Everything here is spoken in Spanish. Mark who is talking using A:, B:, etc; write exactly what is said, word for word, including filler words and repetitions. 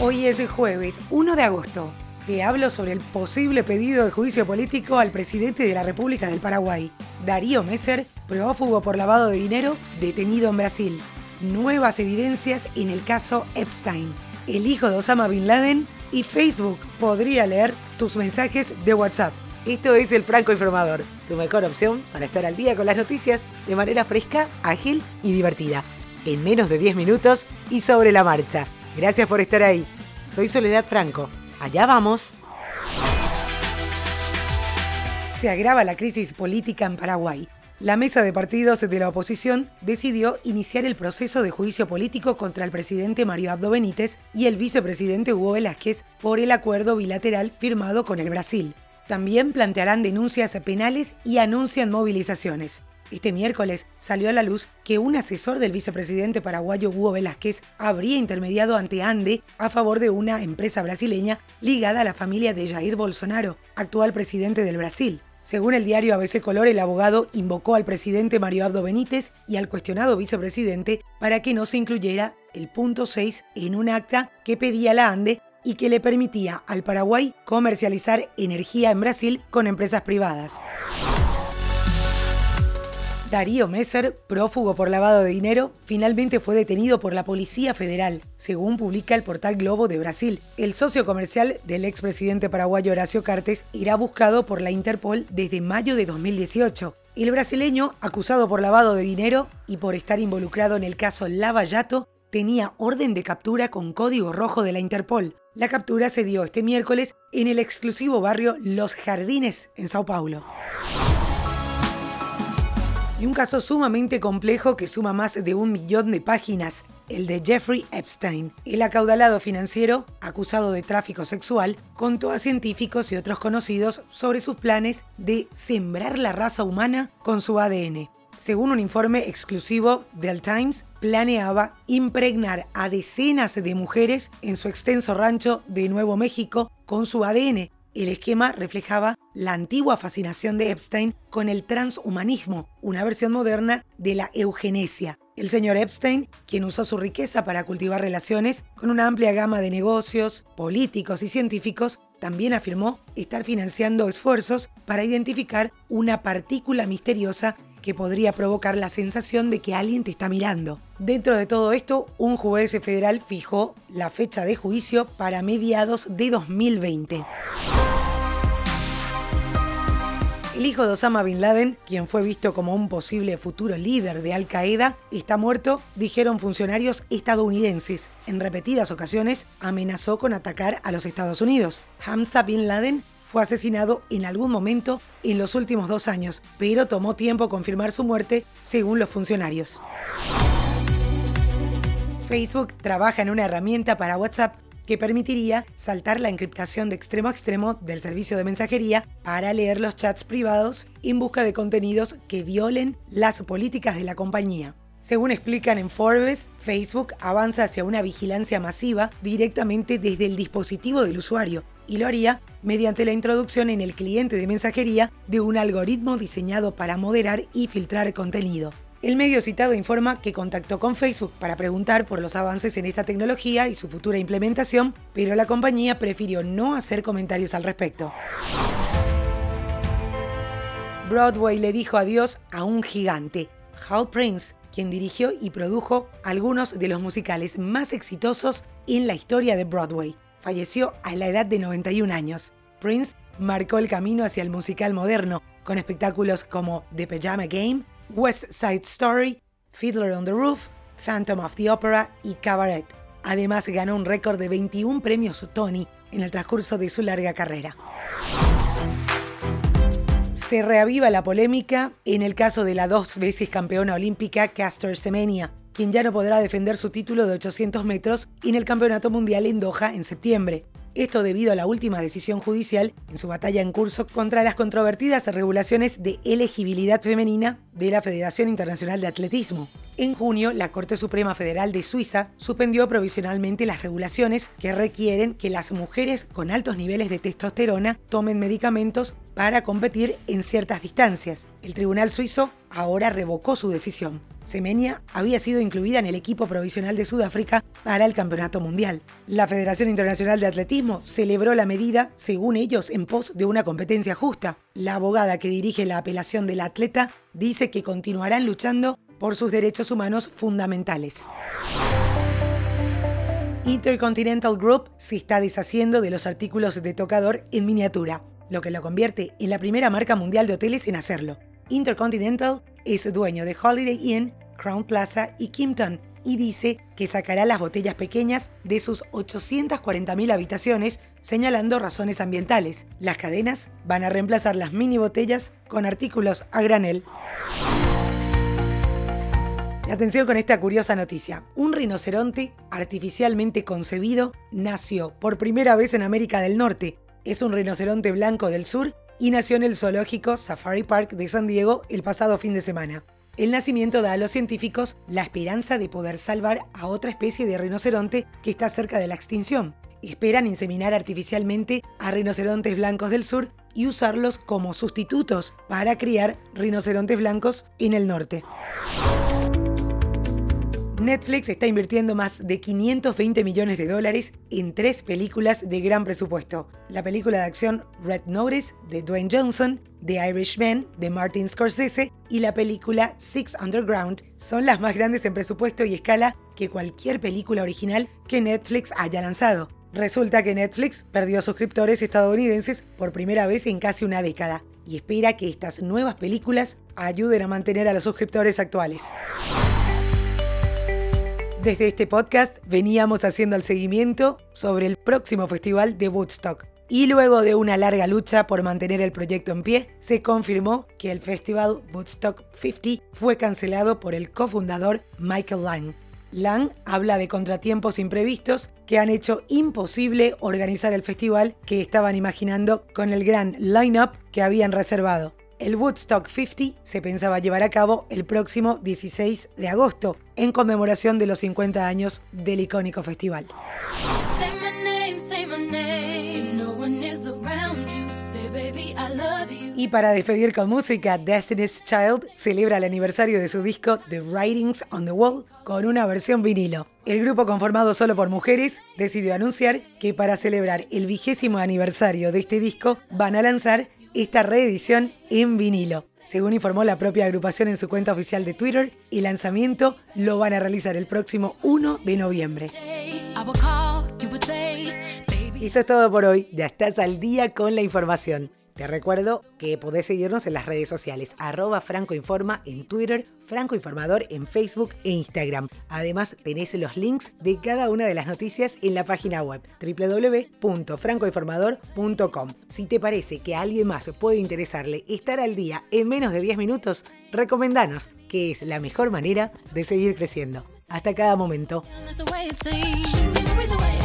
A: Hoy es el jueves uno de agosto. Te hablo sobre el posible pedido de juicio político al presidente de la República del Paraguay, Darío Messer, prófugo por lavado de dinero, detenido en Brasil. Nuevas evidencias en el caso Epstein. El hijo de Osama Bin Laden y Facebook podría leer tus mensajes de WhatsApp. Esto es El Franco Informador, tu mejor opción para estar al día con las noticias de manera fresca, ágil y divertida. En menos de diez minutos y sobre la marcha. Gracias por estar ahí. Soy Soledad Franco. Allá vamos. Se agrava la crisis política en Paraguay. La mesa de partidos de la oposición decidió iniciar el proceso de juicio político contra el presidente Mario Abdo Benítez y el vicepresidente Hugo Velázquez por el acuerdo bilateral firmado con el Brasil. También plantearán denuncias penales y anuncian movilizaciones. Este miércoles salió a la luz que un asesor del vicepresidente paraguayo Hugo Velázquez habría intermediado ante ANDE a favor de una empresa brasileña ligada a la familia de Jair Bolsonaro, actual presidente del Brasil. Según el diario A B C Color, el abogado invocó al presidente Mario Abdo Benítez y al cuestionado vicepresidente para que no se incluyera el punto seis en un acta que pedía la ANDE y que le permitía al Paraguay comercializar energía en Brasil con empresas privadas. Darío Messer, prófugo por lavado de dinero, finalmente fue detenido por la Policía Federal, según publica el portal Globo de Brasil. El socio comercial del expresidente paraguayo Horacio Cartes era buscado por la Interpol desde mayo de dos mil dieciocho. El brasileño, acusado por lavado de dinero y por estar involucrado en el caso Lava Jato, tenía orden de captura con código rojo de la Interpol. La captura se dio este miércoles en el exclusivo barrio Los Jardines, en Sao Paulo. Y un caso sumamente complejo que suma más de un millón de páginas, el de Jeffrey Epstein. El acaudalado financiero, acusado de tráfico sexual, contó a científicos y otros conocidos sobre sus planes de sembrar la raza humana con su A D N. Según un informe exclusivo del Times, planeaba impregnar a decenas de mujeres en su extenso rancho de Nuevo México con su A D N. El esquema reflejaba la antigua fascinación de Epstein con el transhumanismo, una versión moderna de la eugenesia. El señor Epstein, quien usó su riqueza para cultivar relaciones con una amplia gama de negocios, políticos y científicos, también afirmó estar financiando esfuerzos para identificar una partícula misteriosa que podría provocar la sensación de que alguien te está mirando. Dentro de todo esto, un juez federal fijó la fecha de juicio para mediados de dos mil veinte. El hijo de Osama Bin Laden, quien fue visto como un posible futuro líder de Al Qaeda, está muerto, dijeron funcionarios estadounidenses. En repetidas ocasiones amenazó con atacar a los Estados Unidos. Hamza Bin Laden fue asesinado en algún momento en los últimos dos años, pero tomó tiempo confirmar su muerte, según los funcionarios. Facebook trabaja en una herramienta para WhatsApp que permitiría saltar la encriptación de extremo a extremo del servicio de mensajería para leer los chats privados en busca de contenidos que violen las políticas de la compañía. Según explican en Forbes, Facebook avanza hacia una vigilancia masiva directamente desde el dispositivo del usuario y lo haría mediante la introducción en el cliente de mensajería de un algoritmo diseñado para moderar y filtrar contenido. El medio citado informa que contactó con Facebook para preguntar por los avances en esta tecnología y su futura implementación, pero la compañía prefirió no hacer comentarios al respecto. Broadway le dijo adiós a un gigante, Hal Prince, quien dirigió y produjo algunos de los musicales más exitosos en la historia de Broadway. Falleció a la edad de noventa y un años. Prince marcó el camino hacia el musical moderno, con espectáculos como The Pajama Game, West Side Story, Fiddler on the Roof, Phantom of the Opera y Cabaret. Además, ganó un récord de veintiún premios Tony en el transcurso de su larga carrera. Se reaviva la polémica en el caso de la dos veces campeona olímpica Caster Semenya, quien ya no podrá defender su título de ochocientos metros en el Campeonato Mundial en Doha en septiembre. Esto debido a la última decisión judicial en su batalla en curso contra las controvertidas regulaciones de elegibilidad femenina de la Federación Internacional de Atletismo. En junio, la Corte Suprema Federal de Suiza suspendió provisionalmente las regulaciones que requieren que las mujeres con altos niveles de testosterona tomen medicamentos para competir en ciertas distancias. El tribunal suizo ahora revocó su decisión. Semenya había sido incluida en el equipo provisional de Sudáfrica para el Campeonato Mundial. La Federación Internacional de Atletismo celebró la medida, según ellos, en pos de una competencia justa. La abogada que dirige la apelación del atleta dice que continuarán luchando por sus derechos humanos fundamentales. Intercontinental Group se está deshaciendo de los artículos de tocador en miniatura, lo que lo convierte en la primera marca mundial de hoteles en hacerlo. Intercontinental es dueño de Holiday Inn, Crown Plaza y Kimpton y dice que sacará las botellas pequeñas de sus ochocientas cuarenta mil habitaciones, señalando razones ambientales. Las cadenas van a reemplazar las mini botellas con artículos a granel. Atención con esta curiosa noticia. Un rinoceronte artificialmente concebido nació por primera vez en América del Norte. Es un rinoceronte blanco del sur y nació en el zoológico Safari Park de San Diego el pasado fin de semana. El nacimiento da a los científicos la esperanza de poder salvar a otra especie de rinoceronte que está cerca de la extinción. Esperan inseminar artificialmente a rinocerontes blancos del sur y usarlos como sustitutos para criar rinocerontes blancos en el norte. Netflix está invirtiendo más de quinientos veinte millones de dólares en tres películas de gran presupuesto. La película de acción Red Notice de Dwayne Johnson, The Irishman de Martin Scorsese y la película Six Underground son las más grandes en presupuesto y escala que cualquier película original que Netflix haya lanzado. Resulta que Netflix perdió suscriptores estadounidenses por primera vez en casi una década y espera que estas nuevas películas ayuden a mantener a los suscriptores actuales. Desde este podcast veníamos haciendo el seguimiento sobre el próximo festival de Woodstock. Y luego de una larga lucha por mantener el proyecto en pie, se confirmó que el festival Woodstock cincuenta fue cancelado por el cofundador Michael Lang. Lang habla de contratiempos imprevistos que han hecho imposible organizar el festival que estaban imaginando con el gran line-up que habían reservado. El Woodstock cincuenta se pensaba llevar a cabo el próximo dieciséis de agosto, en conmemoración de los cincuenta años del icónico festival. Y para despedir con música, Destiny's Child celebra el aniversario de su disco The Writings on the Wall con una versión vinilo. El grupo, conformado solo por mujeres, decidió anunciar que para celebrar el vigésimo aniversario de este disco van a lanzar esta reedición en vinilo. Según informó la propia agrupación en su cuenta oficial de Twitter, el lanzamiento lo van a realizar el próximo primero de noviembre. Esto es todo por hoy. Ya estás al día con la información. Te recuerdo que podés seguirnos en las redes sociales, arroba francoinforma en Twitter, Franco Informador en Facebook e Instagram. Además, tenés los links de cada una de las noticias en la página web doble u doble u doble u punto francoinformador punto com. Si te parece que a alguien más puede interesarle estar al día en menos de diez minutos, recomendanos, que es la mejor manera de seguir creciendo. Hasta cada momento.